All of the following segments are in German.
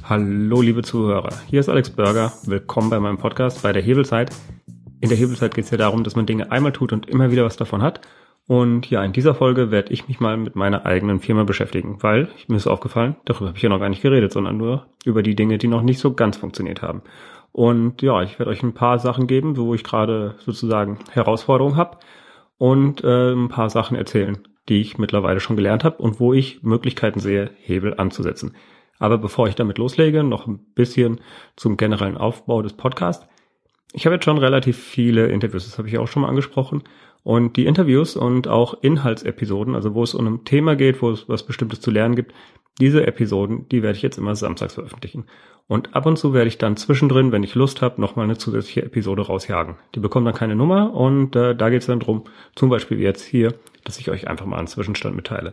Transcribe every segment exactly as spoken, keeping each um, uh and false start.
Hallo liebe Zuhörer, hier ist Alex Burger, willkommen bei meinem Podcast bei der Hebelzeit. In der Hebelzeit geht es ja darum, dass man Dinge einmal tut und immer wieder was davon hat. Und ja, in dieser Folge werde ich mich mal mit meiner eigenen Firma beschäftigen, weil, mir ist aufgefallen, darüber habe ich ja noch gar nicht geredet, sondern nur über die Dinge, die noch nicht so ganz funktioniert haben. Und ja, ich werde euch ein paar Sachen geben, wo ich gerade sozusagen Herausforderungen habe und äh, ein paar Sachen erzählen, die ich mittlerweile schon gelernt habe und wo ich Möglichkeiten sehe, Hebel anzusetzen. Aber bevor ich damit loslege, noch ein bisschen zum generellen Aufbau des Podcasts. Ich habe jetzt schon relativ viele Interviews, das habe ich auch schon mal angesprochen. Und die Interviews und auch Inhaltsepisoden, also wo es um ein Thema geht, wo es was Bestimmtes zu lernen gibt, diese Episoden, die werde ich jetzt immer samstags veröffentlichen. Und ab und zu werde ich dann zwischendrin, wenn ich Lust habe, nochmal eine zusätzliche Episode rausjagen. Die bekommt dann keine Nummer und äh, da geht es dann drum, zum Beispiel wie jetzt hier, dass ich euch einfach mal einen Zwischenstand mitteile.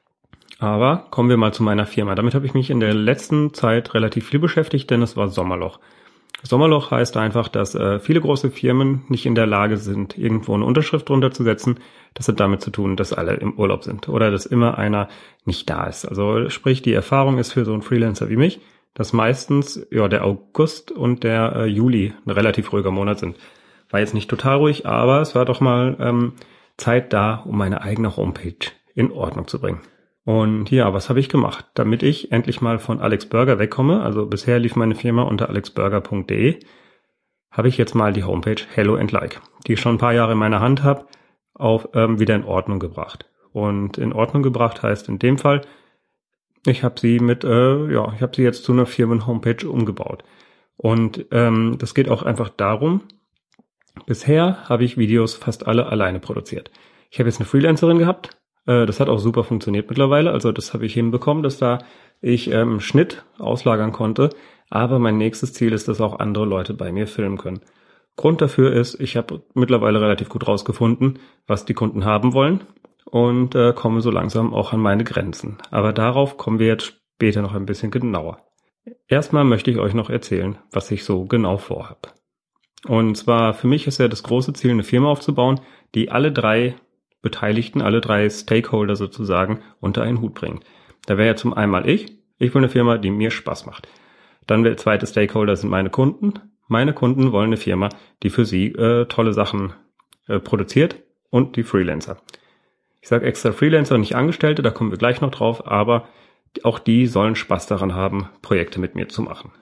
Aber kommen wir mal zu meiner Firma. Damit habe ich mich in der letzten Zeit relativ viel beschäftigt, denn es war Sommerloch. Sommerloch heißt einfach, dass äh, viele große Firmen nicht in der Lage sind, irgendwo eine Unterschrift drunter zu setzen. Das hat damit zu tun, dass alle im Urlaub sind oder dass immer einer nicht da ist. Also sprich, die Erfahrung ist für so einen Freelancer wie mich, dass meistens ja der August und der äh, Juli ein relativ ruhiger Monat sind. War jetzt nicht total ruhig, aber es war doch mal ähm, Zeit da, um meine eigene Homepage in Ordnung zu bringen. Und ja, was habe ich gemacht? Damit ich endlich mal von Alex Burger wegkomme, also bisher lief meine Firma unter alex burger punkt de, habe ich jetzt mal die Homepage Hello and Like, die ich schon ein paar Jahre in meiner Hand habe, auf ähm, wieder in Ordnung gebracht. Und in Ordnung gebracht heißt in dem Fall, ich habe sie mit, äh, ja, ich habe sie jetzt zu einer Firmen-Homepage umgebaut. Und ähm, das geht auch einfach darum, bisher habe ich Videos fast alle alleine produziert. Ich habe jetzt eine Freelancerin gehabt. Das hat auch super funktioniert mittlerweile. Also das habe ich hinbekommen, dass da ich ähm, Schnitt auslagern konnte. Aber mein nächstes Ziel ist, dass auch andere Leute bei mir filmen können. Grund dafür ist, ich habe mittlerweile relativ gut rausgefunden, was die Kunden haben wollen und äh, komme so langsam auch an meine Grenzen. Aber darauf kommen wir jetzt später noch ein bisschen genauer. Erstmal möchte ich euch noch erzählen, was ich so genau vorhabe. Und zwar für mich ist ja das große Ziel, eine Firma aufzubauen, die alle drei Beteiligten, alle drei Stakeholder sozusagen, unter einen Hut bringen. Da wäre ja zum einen ich, ich will eine Firma, die mir Spaß macht. Dann der zweite Stakeholder sind meine Kunden. Meine Kunden wollen eine Firma, die für sie äh, tolle Sachen äh, produziert und die Freelancer. Ich sage extra Freelancer und nicht Angestellte, da kommen wir gleich noch drauf, aber auch die sollen Spaß daran haben, Projekte mit mir zu machen.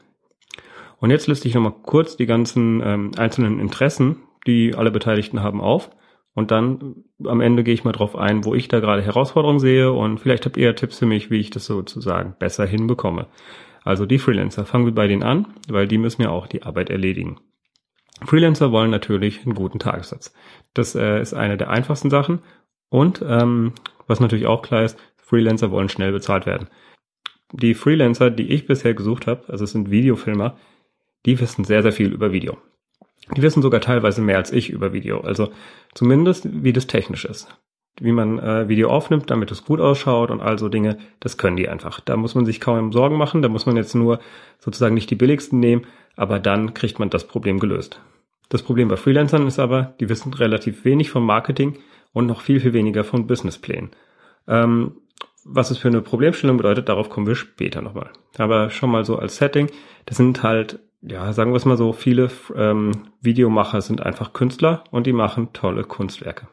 Und jetzt liste ich nochmal kurz die ganzen ähm, einzelnen Interessen, die alle Beteiligten haben, auf. Und dann am Ende gehe ich mal drauf ein, wo ich da gerade Herausforderungen sehe und vielleicht habt ihr Tipps für mich, wie ich das sozusagen besser hinbekomme. Also die Freelancer, fangen wir bei denen an, weil die müssen ja auch die Arbeit erledigen. Freelancer wollen natürlich einen guten Tagessatz. Das äh, ist eine der einfachsten Sachen und ähm, was natürlich auch klar ist, Freelancer wollen schnell bezahlt werden. Die Freelancer, die ich bisher gesucht habe, also es sind Videofilmer, die wissen sehr, sehr viel über Video. Die wissen sogar teilweise mehr als ich über Video, also zumindest wie das technisch ist. Wie man äh, Video aufnimmt, damit es gut ausschaut und all so Dinge, das können die einfach. Da muss man sich kaum Sorgen machen, da muss man jetzt nur sozusagen nicht die billigsten nehmen, aber dann kriegt man das Problem gelöst. Das Problem bei Freelancern ist aber, die wissen relativ wenig vom Marketing und noch viel, viel weniger von Businessplänen. Ähm, was es für eine Problemstellung bedeutet, darauf kommen wir später nochmal. Aber schon mal so als Setting, das sind halt ja, sagen wir es mal so, viele ähm, Videomacher sind einfach Künstler und die machen tolle Kunstwerke.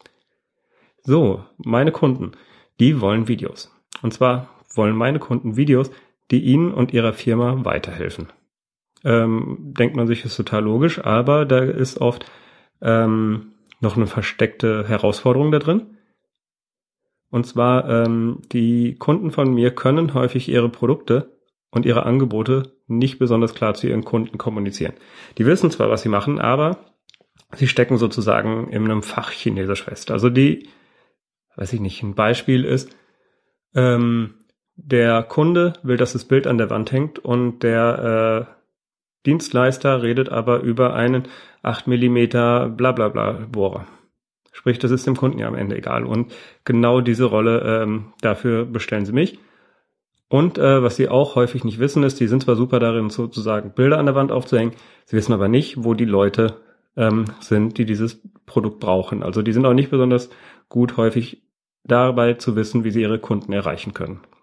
So, meine Kunden, die wollen Videos. Und zwar wollen meine Kunden Videos, die ihnen und ihrer Firma weiterhelfen. Ähm, denkt man sich, ist total logisch, aber da ist oft ähm, noch eine versteckte Herausforderung da drin. Und zwar, ähm, die Kunden von mir können häufig ihre Produkte und ihre Angebote nicht besonders klar zu ihren Kunden kommunizieren. Die wissen zwar, was sie machen, aber sie stecken sozusagen in einem Fach Chinesisch fest. Also die, weiß ich nicht, ein Beispiel ist, ähm, der Kunde will, dass das Bild an der Wand hängt und der äh, Dienstleister redet aber über einen acht Millimeter Blablabla Bohrer. Sprich, das ist dem Kunden ja am Ende egal. Und genau diese Rolle, ähm, dafür bestellen sie mich. Und äh, was sie auch häufig nicht wissen ist, die sind zwar super darin, sozusagen Bilder an der Wand aufzuhängen, sie wissen aber nicht, wo die Leute ähm, sind, die dieses Produkt brauchen. Also die sind auch nicht besonders gut häufig dabei zu wissen, wie sie ihre Kunden erreichen können.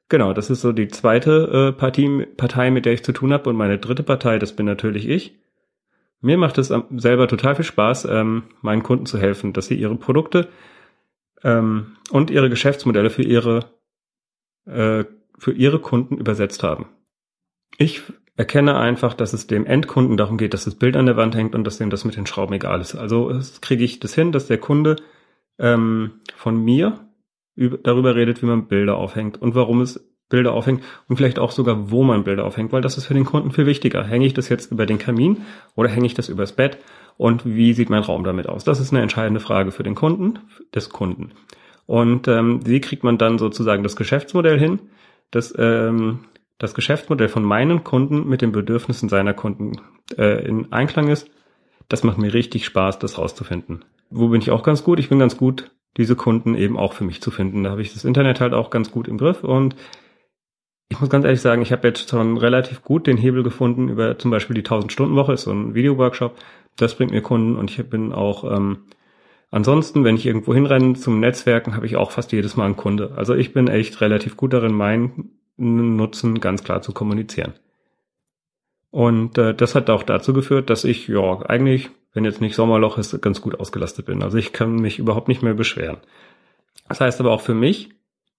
Genau, das ist so die zweite äh, Partie, Partei, mit der ich zu tun habe. Und meine dritte Partei, das bin natürlich ich. Mir macht es selber total viel Spaß, ähm, meinen Kunden zu helfen, dass sie ihre Produkte ähm, und ihre Geschäftsmodelle für ihre äh, für ihre Kunden übersetzt haben. Ich erkenne einfach, dass es dem Endkunden darum geht, dass das Bild an der Wand hängt und dass dem das mit den Schrauben egal ist. Also kriege ich das hin, dass der Kunde ähm, von mir über, darüber redet, wie man Bilder aufhängt und warum es Bilder aufhängt und vielleicht auch sogar, wo man Bilder aufhängt, weil das ist für den Kunden viel wichtiger. Hänge ich das jetzt über den Kamin oder hänge ich das übers Bett und wie sieht mein Raum damit aus? Das ist eine entscheidende Frage für den Kunden, des Kunden. Und ähm, wie kriegt man dann sozusagen das Geschäftsmodell hin, das ähm, das Geschäftsmodell von meinen Kunden mit den Bedürfnissen seiner Kunden äh, in Einklang ist? Das macht mir richtig Spaß, das rauszufinden. Wo bin ich auch ganz gut? Ich bin ganz gut, diese Kunden eben auch für mich zu finden. Da habe ich das Internet halt auch ganz gut im Griff und ich muss ganz ehrlich sagen, ich habe jetzt schon relativ gut den Hebel gefunden über zum Beispiel die tausend-Stunden-Woche, ist so ein Video-Workshop. Das bringt mir Kunden und ich bin auch ähm, ansonsten, wenn ich irgendwo hinrenne zum Netzwerken, habe ich auch fast jedes Mal einen Kunde. Also ich bin echt relativ gut darin, meinen Nutzen ganz klar zu kommunizieren. Und äh, das hat auch dazu geführt, dass ich, ja, eigentlich, wenn jetzt nicht Sommerloch ist, ganz gut ausgelastet bin. Also ich kann mich überhaupt nicht mehr beschweren. Das heißt aber auch für mich,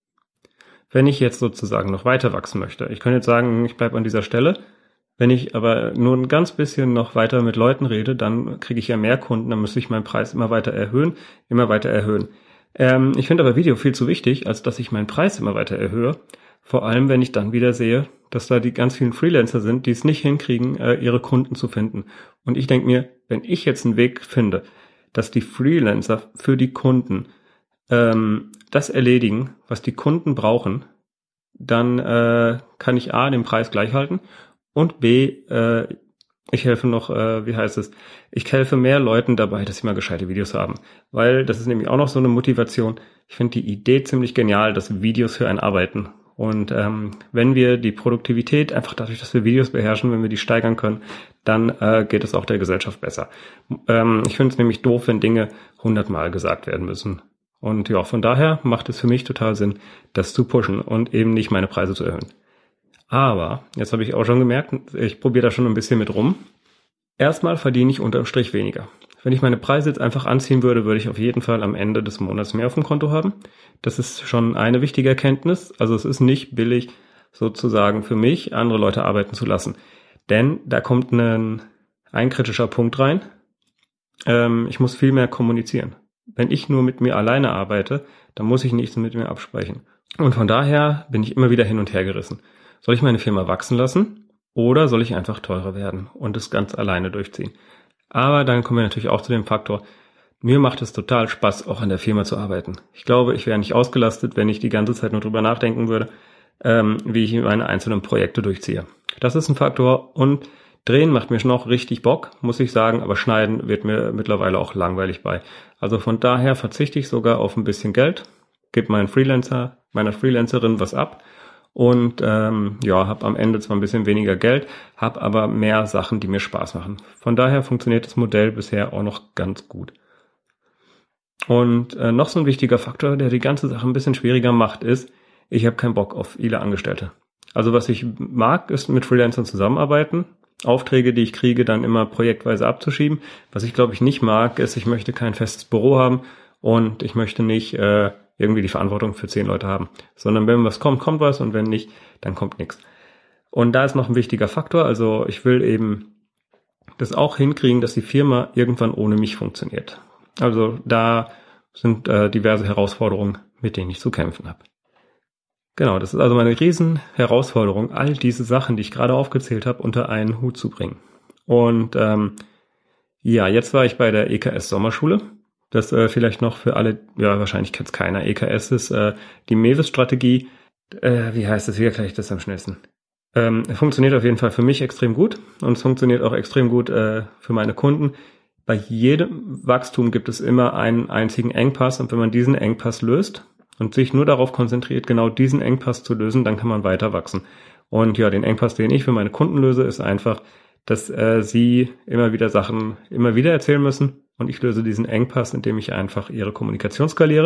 wenn ich jetzt sozusagen noch weiter wachsen möchte, ich kann jetzt sagen, ich bleibe an dieser Stelle, wenn ich aber nur ein ganz bisschen noch weiter mit Leuten rede, dann kriege ich ja mehr Kunden, dann müsste ich meinen Preis immer weiter erhöhen, immer weiter erhöhen. Ähm, ich finde aber Video viel zu wichtig, als dass ich meinen Preis immer weiter erhöhe. Vor allem, wenn ich dann wieder sehe, dass da die ganz vielen Freelancer sind, die es nicht hinkriegen, äh, ihre Kunden zu finden. Und ich denke mir, wenn ich jetzt einen Weg finde, dass die Freelancer für die Kunden ähm, das erledigen, was die Kunden brauchen, dann äh, kann ich A, den Preis gleich halten und B, äh, ich helfe noch, äh, wie heißt es, ich helfe mehr Leuten dabei, dass sie mal gescheite Videos haben. Weil das ist nämlich auch noch so eine Motivation. Ich finde die Idee ziemlich genial, dass Videos für einen arbeiten. Und ähm, wenn wir die Produktivität, einfach dadurch, dass wir Videos beherrschen, wenn wir die steigern können, dann äh, geht es auch der Gesellschaft besser. Ähm, ich finde es nämlich doof, wenn Dinge hundertmal gesagt werden müssen. Und ja, von daher macht es für mich total Sinn, das zu pushen und eben nicht meine Preise zu erhöhen. Aber, jetzt habe ich auch schon gemerkt, ich probiere da schon ein bisschen mit rum. Erstmal verdiene ich unterm Strich weniger. Wenn ich meine Preise jetzt einfach anziehen würde, würde ich auf jeden Fall am Ende des Monats mehr auf dem Konto haben. Das ist schon eine wichtige Erkenntnis. Also es ist nicht billig, sozusagen für mich, andere Leute arbeiten zu lassen. Denn da kommt ein, ein kritischer Punkt rein. Ähm, ich muss viel mehr kommunizieren. Wenn ich nur mit mir alleine arbeite, dann muss ich nichts mit mir absprechen. Und von daher bin ich immer wieder hin und her gerissen. Soll ich meine Firma wachsen lassen oder soll ich einfach teurer werden und es ganz alleine durchziehen? Aber dann kommen wir natürlich auch zu dem Faktor, mir macht es total Spaß, auch an der Firma zu arbeiten. Ich glaube, ich wäre nicht ausgelastet, wenn ich die ganze Zeit nur drüber nachdenken würde, ähm, wie ich meine einzelnen Projekte durchziehe. Das ist ein Faktor und Drehen macht mir schon auch richtig Bock, muss ich sagen, aber Schneiden wird mir mittlerweile auch langweilig bei. Also von daher verzichte ich sogar auf ein bisschen Geld, gebe meinen Freelancer, meiner Freelancerin was ab und ähm, ja, habe am Ende zwar ein bisschen weniger Geld, habe aber mehr Sachen, die mir Spaß machen. Von daher funktioniert das Modell bisher auch noch ganz gut. Und äh, noch so ein wichtiger Faktor, der die ganze Sache ein bisschen schwieriger macht, ist, ich habe keinen Bock auf viele Angestellte. Also was ich mag, ist mit Freelancern zusammenarbeiten, Aufträge, die ich kriege, dann immer projektweise abzuschieben. Was ich glaube ich nicht mag, ist, ich möchte kein festes Büro haben und ich möchte nicht äh, irgendwie die Verantwortung für zehn Leute haben, sondern wenn was kommt, kommt was und wenn nicht, dann kommt nichts. Und da ist noch ein wichtiger Faktor, also ich will eben das auch hinkriegen, dass die Firma irgendwann ohne mich funktioniert. Also da sind äh, diverse Herausforderungen, mit denen ich zu kämpfen habe. Genau, das ist also meine riesen Herausforderung, all diese Sachen, die ich gerade aufgezählt habe, unter einen Hut zu bringen. Und ähm, ja, jetzt war ich bei der E K S Sommerschule. Das äh, vielleicht noch für alle, ja, wahrscheinlich kennt es keiner. E K S ist äh, die Mewis-Strategie. Äh, wie heißt das? Wie erkläre ich das am schnellsten? Ähm, funktioniert auf jeden Fall für mich extrem gut und es funktioniert auch extrem gut äh, für meine Kunden. Bei jedem Wachstum gibt es immer einen einzigen Engpass und wenn man diesen Engpass löst und sich nur darauf konzentriert, genau diesen Engpass zu lösen, dann kann man weiter wachsen. Und ja, den Engpass, den ich für meine Kunden löse, ist einfach, dass äh, sie immer wieder Sachen immer wieder erzählen müssen und ich löse diesen Engpass, indem ich einfach ihre Kommunikation skaliere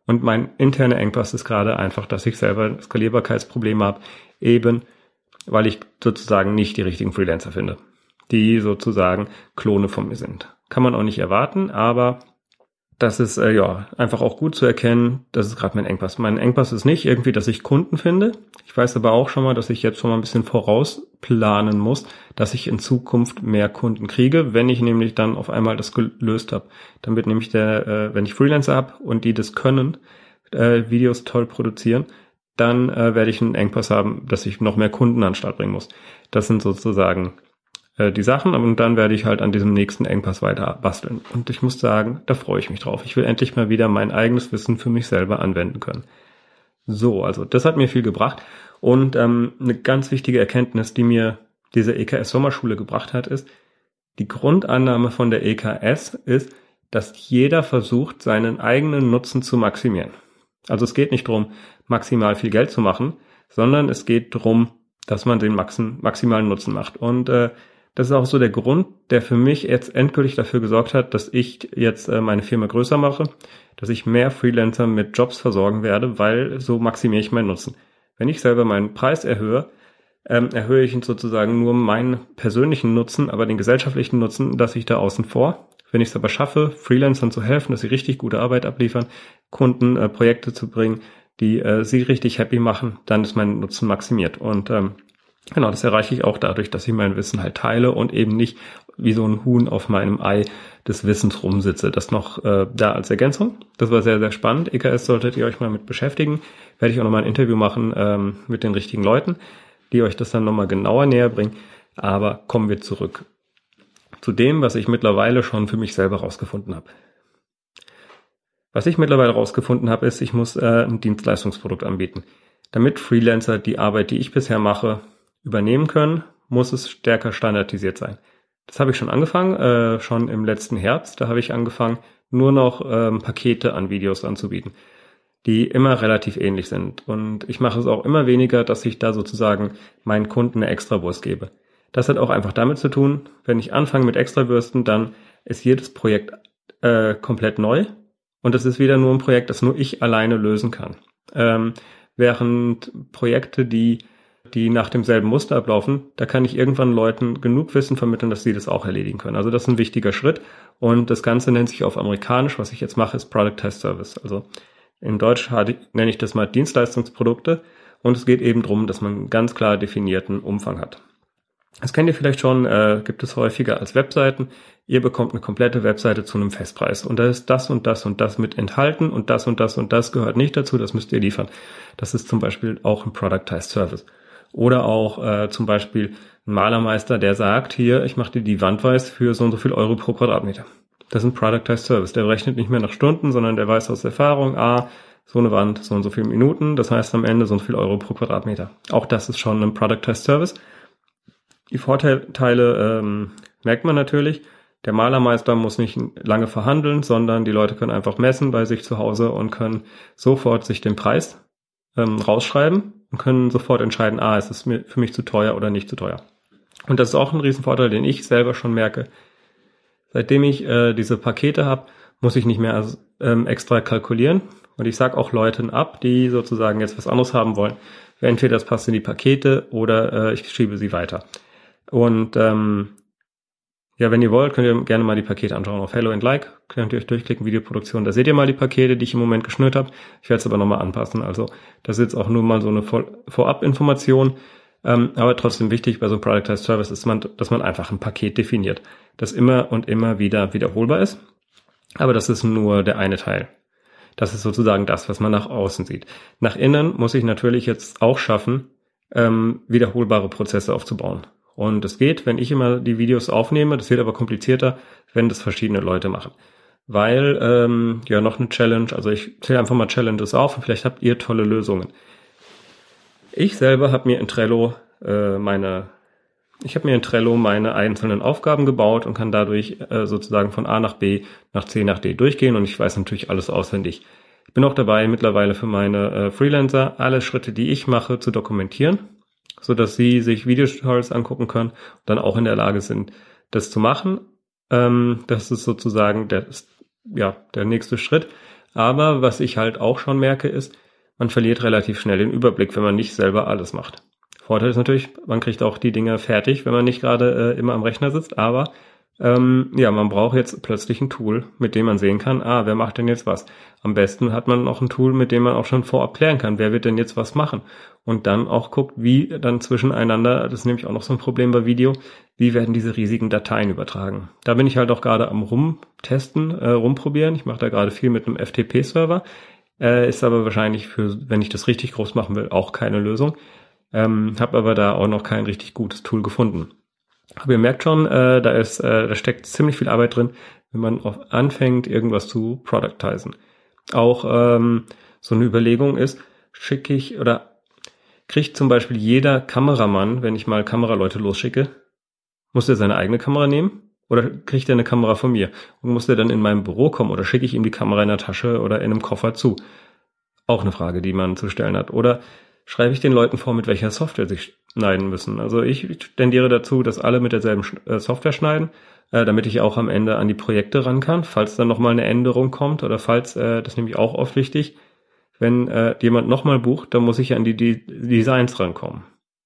Und mein interner Engpass ist gerade einfach, dass ich selber Skalierbarkeitsprobleme habe, eben weil ich sozusagen nicht die richtigen Freelancer finde, die sozusagen Klone von mir sind. Kann man auch nicht erwarten, aber das ist äh, ja einfach auch gut zu erkennen, das ist gerade mein Engpass. Mein Engpass ist nicht irgendwie, dass ich Kunden finde. Ich weiß aber auch schon mal, dass ich jetzt schon mal ein bisschen vorausplanen muss, dass ich in Zukunft mehr Kunden kriege, wenn ich nämlich dann auf einmal das gelöst habe. Dann wird nämlich der, äh, wenn ich Freelancer habe und die das können, äh, Videos toll produzieren, dann äh, werde ich einen Engpass haben, dass ich noch mehr Kunden an den Start bringen muss. Das sind sozusagen die Sachen, und dann werde ich halt an diesem nächsten Engpass weiter basteln. Und ich muss sagen, da freue ich mich drauf. Ich will endlich mal wieder mein eigenes Wissen für mich selber anwenden können. So, also das hat mir viel gebracht. Und ähm, eine ganz wichtige Erkenntnis, die mir diese E K S-Sommerschule gebracht hat, ist, die Grundannahme von der E K S ist, dass jeder versucht, seinen eigenen Nutzen zu maximieren. Also es geht nicht darum, maximal viel Geld zu machen, sondern es geht darum, dass man den maxim, maximalen Nutzen macht. Und äh, das ist auch so der Grund, der für mich jetzt endgültig dafür gesorgt hat, dass ich jetzt äh, meine Firma größer mache, dass ich mehr Freelancer mit Jobs versorgen werde, weil so maximiere ich meinen Nutzen. Wenn ich selber meinen Preis erhöhe, ähm, erhöhe ich sozusagen nur meinen persönlichen Nutzen, aber den gesellschaftlichen Nutzen lasse ich da außen vor. Wenn ich es aber schaffe, Freelancern zu helfen, dass sie richtig gute Arbeit abliefern, Kunden äh, Projekte zu bringen, die äh, sie richtig happy machen, dann ist mein Nutzen maximiert. Und ähm, genau, das erreiche ich auch dadurch, dass ich mein Wissen halt teile und eben nicht wie so ein Huhn auf meinem Ei des Wissens rumsitze. Das noch äh, da als Ergänzung. Das war sehr, sehr spannend. E K S solltet ihr euch mal mit beschäftigen. Werde ich auch nochmal ein Interview machen ähm, mit den richtigen Leuten, die euch das dann nochmal genauer näher bringen. Aber kommen wir zurück zu dem, was ich mittlerweile schon für mich selber rausgefunden habe. Was ich mittlerweile rausgefunden habe, ist, ich muss äh, ein Dienstleistungsprodukt anbieten. Damit Freelancer die Arbeit, die ich bisher mache, übernehmen können, muss es stärker standardisiert sein. Das habe ich schon angefangen, äh, schon im letzten Herbst. Da habe ich angefangen, nur noch ähm, Pakete an Videos anzubieten, die immer relativ ähnlich sind. Und ich mache es auch immer weniger, dass ich da sozusagen meinen Kunden eine Extrawurst gebe. Das hat auch einfach damit zu tun, wenn ich anfange mit Extrawürsten, dann ist jedes Projekt äh, komplett neu. Und es ist wieder nur ein Projekt, das nur ich alleine lösen kann. Ähm, während Projekte, die die nach demselben Muster ablaufen, da kann ich irgendwann Leuten genug Wissen vermitteln, dass sie das auch erledigen können. Also das ist ein wichtiger Schritt. Und das Ganze nennt sich auf amerikanisch, was ich jetzt mache, ist Productized Service. Also in Deutsch nenne ich das mal Dienstleistungsprodukte. Und es geht eben darum, dass man einen ganz klar definierten Umfang hat. Das kennt ihr vielleicht schon, äh, gibt es häufiger als Webseiten. Ihr bekommt eine komplette Webseite zu einem Festpreis. Und da ist das und das und das mit enthalten und das und das und das gehört nicht dazu, das müsst ihr liefern. Das ist zum Beispiel auch ein Productized Service. Oder auch äh, zum Beispiel ein Malermeister, der sagt, hier, ich mache dir die Wand weiß für so und so viel Euro pro Quadratmeter. Das ist ein Productized Service. Der rechnet nicht mehr nach Stunden, sondern der weiß aus Erfahrung, ah, so eine Wand, so und so viele Minuten, das heißt am Ende so und so viel Euro pro Quadratmeter. Auch das ist schon ein Productized Service. Die Vorteile ähm, merkt man natürlich. Der Malermeister muss nicht lange verhandeln, sondern die Leute können einfach messen bei sich zu Hause und können sofort sich den Preis ähm, rausschreiben und können sofort entscheiden, ah, ist es mir für mich zu teuer oder nicht zu teuer. Und das ist auch ein Riesenvorteil, den ich selber schon merke. Seitdem ich äh, diese Pakete habe, muss ich nicht mehr also, ähm, extra kalkulieren. Und ich sage auch Leuten ab, die sozusagen jetzt was anderes haben wollen. Entweder das passt in die Pakete oder äh, ich schiebe sie weiter. Und ähm, ja, wenn ihr wollt, könnt ihr gerne mal die Pakete anschauen auf Hello and Like. Könnt ihr euch durchklicken, Videoproduktion. Da seht ihr mal die Pakete, die ich im Moment geschnürt habe. Ich werde es aber nochmal anpassen. Also das ist jetzt auch nur mal so eine Vorab-Information. Ähm, aber trotzdem wichtig bei so einem Productized Service ist, man, dass man einfach ein Paket definiert, das immer und immer wieder wiederholbar ist. Aber das ist nur der eine Teil. Das ist sozusagen das, was man nach außen sieht. Nach innen muss ich natürlich jetzt auch schaffen, ähm, wiederholbare Prozesse aufzubauen. Und es geht, wenn ich immer die Videos aufnehme, das wird aber komplizierter, wenn das verschiedene Leute machen. Weil, ähm, ja, noch eine Challenge, also ich zähle einfach mal Challenges auf und vielleicht habt ihr tolle Lösungen. Ich selber habe mir in Trello äh, meine, ich habe mir in Trello meine einzelnen Aufgaben gebaut und kann dadurch äh, sozusagen von A nach B, nach C nach D durchgehen und ich weiß natürlich alles auswendig. Ich bin auch dabei, mittlerweile für meine äh, Freelancer alle Schritte, die ich mache, zu dokumentieren, so dass sie sich Videotutorials angucken können und dann auch in der Lage sind, das zu machen. Ähm, das ist sozusagen der, ja, der nächste Schritt. Aber was ich halt auch schon merke ist, man verliert relativ schnell den Überblick, wenn man nicht selber alles macht. Vorteil ist natürlich, man kriegt auch die Dinge fertig, wenn man nicht gerade äh, immer am Rechner sitzt, aber ähm, ja, man braucht jetzt plötzlich ein Tool, mit dem man sehen kann, ah, wer macht denn jetzt was? Am besten hat man noch ein Tool, mit dem man auch schon vorab klären kann, wer wird denn jetzt was machen? Und dann auch guckt, wie dann zwischeneinander, das ist nämlich auch noch so ein Problem bei Video, wie werden diese riesigen Dateien übertragen? Da bin ich halt auch gerade am rumtesten, äh, rumprobieren. Ich mache da gerade viel mit einem F T P-Server, äh, ist aber wahrscheinlich für, wenn ich das richtig groß machen will, auch keine Lösung. Ähm, habe aber da auch noch kein richtig gutes Tool gefunden. Aber ihr merkt schon, äh, da ist, äh, da steckt ziemlich viel Arbeit drin, wenn man auf anfängt, irgendwas zu productizen. Auch ähm, so eine Überlegung ist, schicke ich oder kriegt zum Beispiel jeder Kameramann, wenn ich mal Kameraleute losschicke, muss er seine eigene Kamera nehmen oder kriegt er eine Kamera von mir und muss der dann in meinem Büro kommen oder schicke ich ihm die Kamera in der Tasche oder in einem Koffer zu? Auch eine Frage, die man zu stellen hat. Oder schreibe ich den Leuten vor, mit welcher Software sie schneiden müssen. Also ich tendiere dazu, dass alle mit derselben Software schneiden, äh, damit ich auch am Ende an die Projekte ran kann, falls dann nochmal eine Änderung kommt oder falls, äh, das ist nämlich auch oft wichtig, wenn äh, jemand nochmal bucht, dann muss ich an die, die Designs rankommen.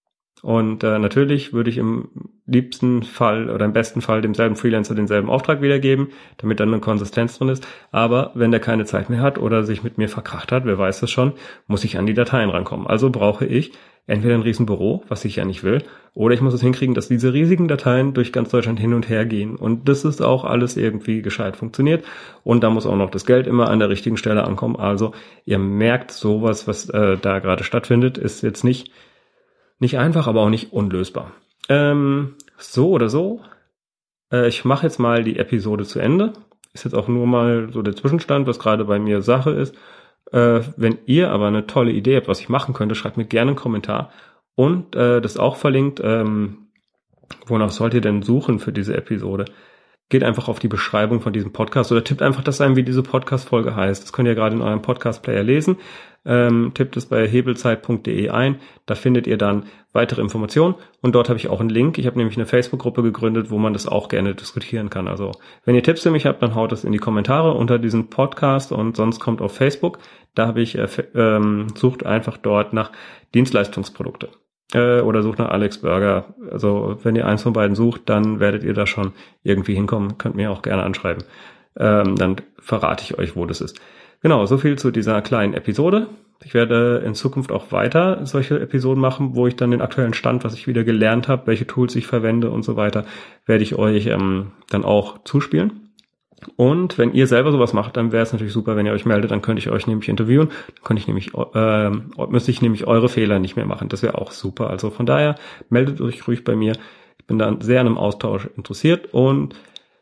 Und äh, natürlich würde ich im liebsten Fall oder im besten Fall demselben Freelancer denselben Auftrag wiedergeben, damit dann eine Konsistenz drin ist. Aber wenn der keine Zeit mehr hat oder sich mit mir verkracht hat, wer weiß das schon, muss ich an die Dateien rankommen. Also brauche ich entweder ein Riesenbüro, was ich ja nicht will, oder ich muss es hinkriegen, dass diese riesigen Dateien durch ganz Deutschland hin und her gehen. Und das ist auch alles irgendwie gescheit funktioniert. Und da muss auch noch das Geld immer an der richtigen Stelle ankommen. Also ihr merkt, sowas, was äh, da gerade stattfindet, ist jetzt nicht Nicht einfach, aber auch nicht unlösbar. Ähm, so oder so. Äh, ich mache jetzt mal die Episode zu Ende. Ist jetzt auch nur mal so der Zwischenstand, was gerade bei mir Sache ist. Äh, wenn ihr aber eine tolle Idee habt, was ich machen könnte, schreibt mir gerne einen Kommentar. Und äh, das auch verlinkt, ähm, wonach sollt ihr denn suchen für diese Episode? Geht einfach auf die Beschreibung von diesem Podcast oder tippt einfach das ein, wie diese Podcast-Folge heißt. Das könnt ihr gerade in eurem Podcast-Player lesen. Ähm, tippt es bei hebelzeit punkt de ein. Da findet ihr dann weitere Informationen. Und dort habe ich auch einen Link. Ich habe nämlich eine Facebook-Gruppe gegründet, wo man das auch gerne diskutieren kann. Also wenn ihr Tipps für mich habt, dann haut das in die Kommentare unter diesem Podcast und sonst kommt auf Facebook. Da habe ich, äh, ähm, sucht einfach dort nach Dienstleistungsprodukte. Oder sucht nach Alex Burger. Also wenn ihr eins von beiden sucht, dann werdet ihr da schon irgendwie hinkommen. Könnt mir auch gerne anschreiben. Ähm, dann verrate ich euch, wo das ist. Genau, so viel zu dieser kleinen Episode. Ich werde in Zukunft auch weiter solche Episoden machen, wo ich dann den aktuellen Stand, was ich wieder gelernt habe, welche Tools ich verwende und so weiter, werde ich euch ähm, dann auch zuspielen. Und wenn ihr selber sowas macht, dann wäre es natürlich super, wenn ihr euch meldet, dann könnte ich euch nämlich interviewen, dann könnte ich nämlich, äh, müsste ich nämlich eure Fehler nicht mehr machen. Das wäre auch super. Also von daher meldet euch ruhig bei mir. Ich bin da sehr an einem Austausch interessiert und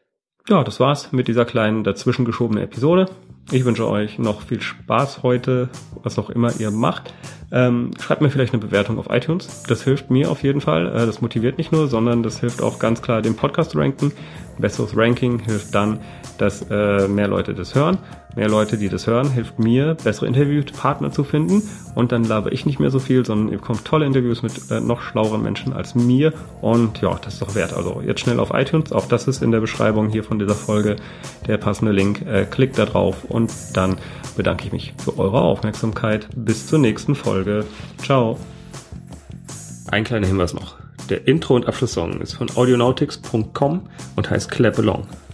ja, das war's mit dieser kleinen dazwischen geschobenen Episode. Ich wünsche euch noch viel Spaß heute, was auch immer ihr macht. Ähm, schreibt mir vielleicht eine Bewertung auf iTunes. Das hilft mir auf jeden Fall. Äh, das motiviert nicht nur, sondern das hilft auch ganz klar, den Podcast zu ranken. Ein besseres Ranking hilft dann, dass äh, mehr Leute das hören. Mehr Leute, die das hören, hilft mir, bessere Interviewpartner zu finden. Und dann laber ich nicht mehr so viel, sondern ihr bekommt tolle Interviews mit äh, noch schlaueren Menschen als mir. Und ja, das ist doch wert. Also jetzt schnell auf iTunes. Auch das ist in der Beschreibung hier von dieser Folge der passende Link. Äh, klickt da drauf und dann bedanke ich mich für eure Aufmerksamkeit. Bis zur nächsten Folge. Ciao. Ein kleiner Hinweis noch. Der Intro- und Abschlusssong ist von audionautics punkt com und heißt Clap Along.